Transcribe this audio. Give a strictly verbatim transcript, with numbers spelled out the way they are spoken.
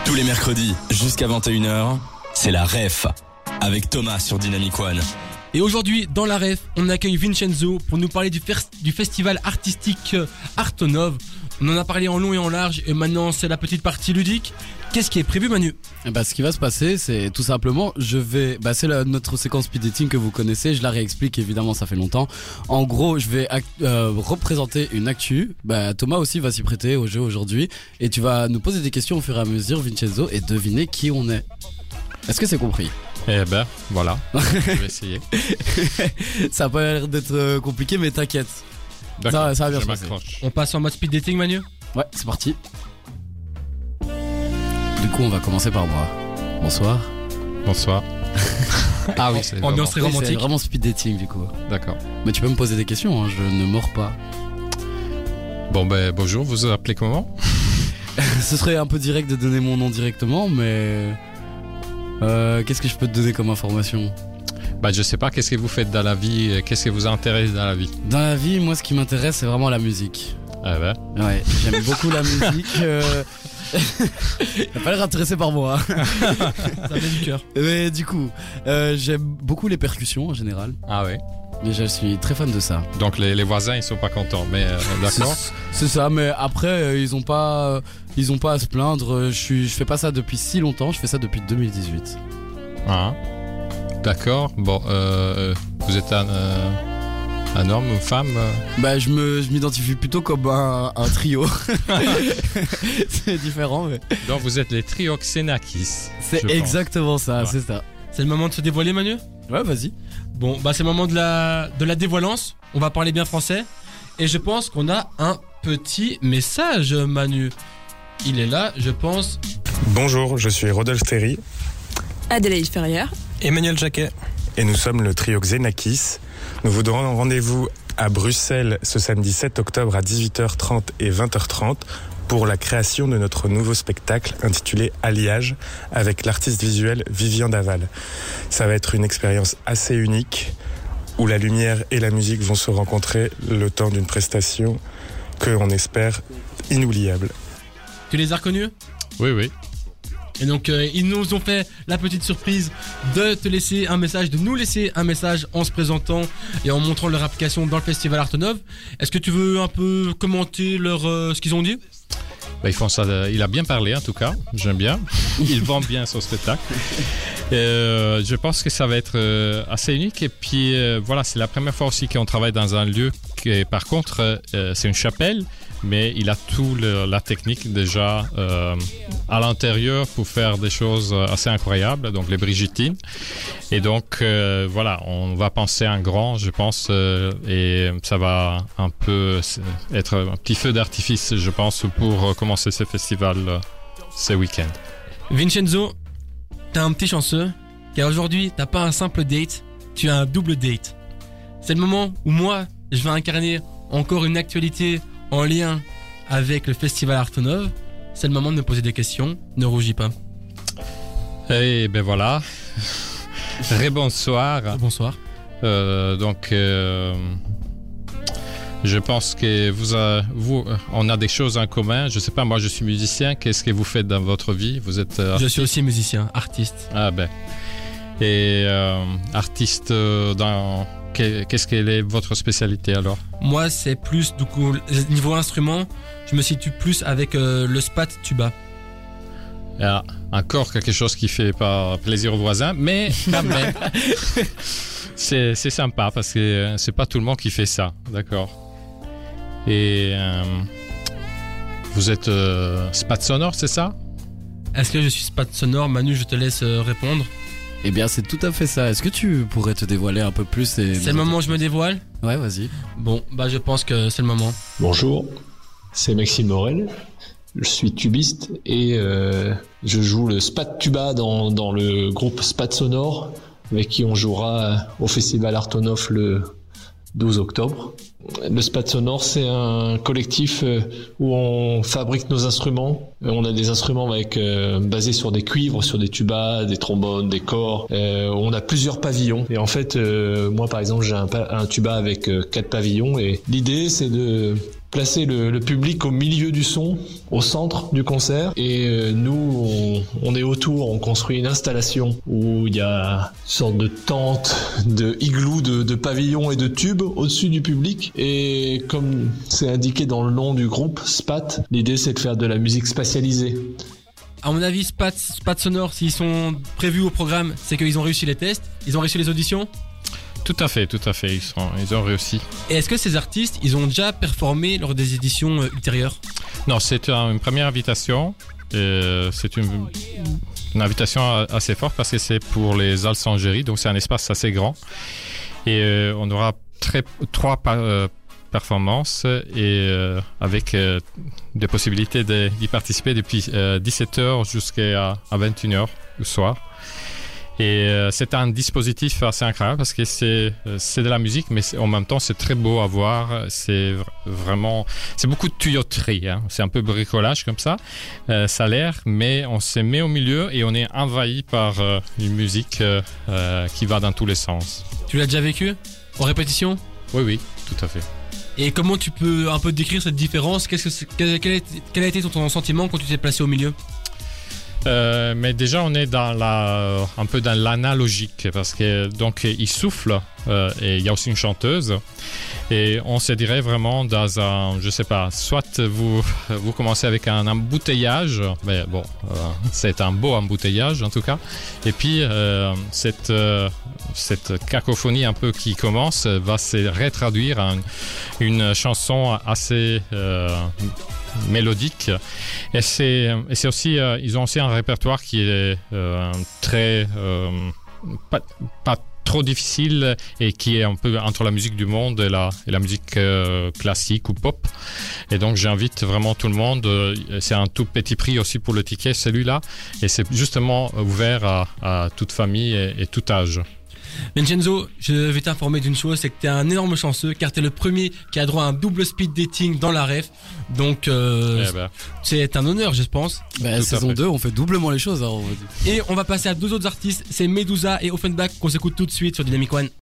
Tous les mercredis, jusqu'à vingt et une heures, c'est la Ref, avec Thomas sur Dynamic One. Et aujourd'hui, dans la Ref, on accueille Vincenzo pour nous parler du, fer- du festival artistique Artonov. On en a parlé en long et en large, et maintenant c'est la petite partie ludique. Qu'est-ce qui est prévu, Manu ? Bah, ce qui va se passer, c'est tout simplement, je vais, bah, c'est la, notre séquence speed dating que vous connaissez. Je la réexplique, évidemment, ça fait longtemps. En gros, je vais act- euh, représenter une actu. Bah, Thomas aussi va s'y prêter au jeu aujourd'hui, et tu vas nous poser des questions au fur et à mesure, Vincenzo, et deviner qui on est. Est-ce que c'est compris ? Eh ben, voilà. Je vais essayer. Ça a pas l'air d'être compliqué, mais t'inquiète. Ça, ça va bien se passer. On passe en mode speed dating, Manu ? Ouais, c'est parti. Du coup, on va commencer par moi. Bonsoir. Bonsoir. Ah oui, c'est ambiance très Oui, romantique. c'est vraiment speed dating du coup. D'accord. Mais tu peux me poser des questions, hein, je ne mords pas. Bon ben, bonjour, vous vous appelez comment ? Ce serait un peu direct de donner mon nom directement, mais... Euh, qu'est-ce que je peux te donner comme information ? Bah, je sais pas, qu'est-ce que vous faites dans la vie ? Qu'est-ce qui vous intéresse dans la vie ? Dans la vie, moi, ce qui m'intéresse, c'est vraiment la musique. Ah ben. Ouais, j'aime beaucoup la musique. Euh... T'as pas l'air intéressé par moi. Ça vient du cœur. Mais du coup, euh, j'aime beaucoup les percussions en général. Ah oui. Déjà, je suis très fan de ça. Donc les, les voisins, ils sont pas contents, mais euh, d'accord. C'est, c'est ça, mais après, euh, ils ont pas, euh, ils ont pas à se plaindre. Je suis, je fais pas ça depuis si longtemps. Je fais ça depuis deux mille dix-huit. Ah. D'accord. Bon, euh, vous êtes un, euh, un homme, une femme euh... Bah, je me, je m'identifie plutôt comme un, un trio. C'est différent, mais. Donc vous êtes les Trioxénakis. C'est exactement ça, ouais. C'est ça. C'est le moment de se dévoiler, Manu ? Ouais, vas-y. Bon, bah c'est le moment de la, de la dévoilance. On va parler bien français. Et je pense qu'on a un petit message, Manu. Il est là, je pense. Bonjour, je suis Rodolphe Ferry. Adélaïde Ferrière. Emmanuel Jacquet. Et nous sommes le trio Xenakis. Nous vous donnons rendez-vous à Bruxelles ce samedi sept octobre à dix-huit heures trente et vingt heures trente pour la création de notre nouveau spectacle intitulé Alliage avec l'artiste visuel Vivian Daval. Ça va être une expérience assez unique où la lumière et la musique vont se rencontrer le temps d'une prestation que on espère inoubliable. Tu les as reconnus ? Oui, oui. Et donc euh, ils nous ont fait la petite surprise de te laisser un message, de nous laisser un message en se présentant et en montrant leur application dans le festival Artonov. Est-ce que tu veux un peu commenter leur, euh, ce qu'ils ont dit ? Bah, ils font ça, il a bien parlé en tout cas, j'aime bien. Il vend bien son spectacle. Euh, je pense que ça va être euh, assez unique. Et puis euh, voilà, c'est la première fois aussi qu'on travaille dans un lieu qui, par contre, euh, c'est une chapelle. Mais il a tout le, la technique déjà euh, à l'intérieur pour faire des choses assez incroyables, donc les Brigittines. Et donc euh, voilà, on va penser un grand, je pense, euh, et ça va un peu être un petit feu d'artifice, je pense, pour commencer ce festival euh, ce week-end. Vincenzo, t'es un petit chanceux, car aujourd'hui t'as pas un simple date, tu as un double date. C'est le moment où moi, je vais incarner encore une actualité en lien avec le festival Artonov. C'est le moment de me poser des questions. Ne rougis pas. Et ben voilà. Rebonsoir. Bonsoir. Euh, donc, euh, je pense que vous, a, vous, on a des choses en commun. Je sais pas, moi je suis musicien. Qu'est-ce que vous faites dans votre vie ? Vous êtes artiste ? Je suis aussi musicien, artiste. Ah ben. Et euh, artiste dans... Qu'est-ce qu'elle est votre spécialité alors ? Moi, c'est plus, du coup, niveau instrument, je me situe plus avec euh, le spat tuba. Ah, encore quelque chose qui fait pas plaisir aux voisins, mais quand même, c'est, c'est sympa parce que c'est pas tout le monde qui fait ça, d'accord ? Et euh, vous êtes euh, spat sonore, c'est ça ? Est-ce que je suis spat sonore ? Manu, je te laisse euh, répondre. Eh bien, c'est tout à fait ça. Est-ce que tu pourrais te dévoiler un peu plus et... C'est le moment où je me dévoile ? Ouais, vas-y. Bon, bah je pense que c'est le moment. Bonjour, c'est Maxime Morel. Je suis tubiste et euh, je joue le spat tuba dans, dans le groupe Spat Sonore avec qui on jouera au festival Artonov le douze octobre. Le Spat Sonore, c'est un collectif où on fabrique nos instruments. On a des instruments avec euh, basés sur des cuivres, sur des tubas, des trombones, des cors. Euh, on a plusieurs pavillons. Et en fait, euh, moi par exemple, j'ai un, un tuba avec euh, quatre pavillons. Et l'idée, c'est de placer le, le public au milieu du son, au centre du concert. Et euh, nous, on, on est autour, on construit une installation où il y a une sorte de tente, de igloo, de, de pavillons et de tubes au-dessus du public. Et comme c'est indiqué dans le nom du groupe, SPAT, l'idée c'est de faire de la musique spatialisée. À mon avis, Spat, Spat Sonore, s'ils sont prévus au programme, c'est qu'ils ont réussi les tests, ils ont réussi les auditions. Tout à fait, tout à fait, ils, sont, ils ont réussi. Et est-ce que ces artistes, ils ont déjà performé lors des éditions euh, ultérieures? Non, c'est une première invitation. Et c'est une, une invitation assez forte parce que c'est pour les Alsangeries, donc c'est un espace assez grand. Et euh, on aura très, trois euh, performances et euh, avec euh, des possibilités de, d'y participer depuis euh, dix-sept heures jusqu'à à vingt et une heures le soir. Et euh, c'est un dispositif assez incroyable parce que c'est c'est de la musique, mais en même temps c'est très beau à voir. C'est vraiment c'est beaucoup de tuyauterie, hein. C'est un peu bricolage comme ça. Euh, ça a l'air, mais on se met au milieu et on est envahi par euh, une musique euh, euh, qui va dans tous les sens. Tu l'as déjà vécu en répétition? Oui, oui, tout à fait. Et comment tu peux un peu décrire cette différence? Qu'est-ce que c'est, quel, quel, a été, quel a été ton sentiment quand tu t'es placé au milieu? Euh, mais déjà on est dans la un peu dans l'analogique parce que donc il souffle euh, et il y a aussi une chanteuse et on se dirait vraiment dans un je sais pas, soit vous vous commencez avec un embouteillage, mais bon euh, c'est un beau embouteillage en tout cas, et puis euh, cette euh, cette cacophonie un peu qui commence va se retraduire en une chanson assez euh, mélodique, et c'est, et c'est aussi euh, ils ont aussi un répertoire qui est euh, très euh, pas, pas trop difficile et qui est un peu entre la musique du monde et la, et la musique euh, classique ou pop, et donc j'invite vraiment tout le monde. C'est un tout petit prix aussi pour le ticket celui-là, et c'est justement ouvert à, à toute famille et, et tout âge. Vincenzo, je vais t'informer d'une chose, c'est que t'es un énorme chanceux car t'es le premier qui a droit à un double speed dating dans la ref. Donc euh, eh ben. c'est un honneur, je pense. Bah, saison deux, on fait doublement les choses. Alors on va dire. Et on va passer à deux autres artistes, c'est Medusa et Offenbach qu'on s'écoute tout de suite sur Dynamic One.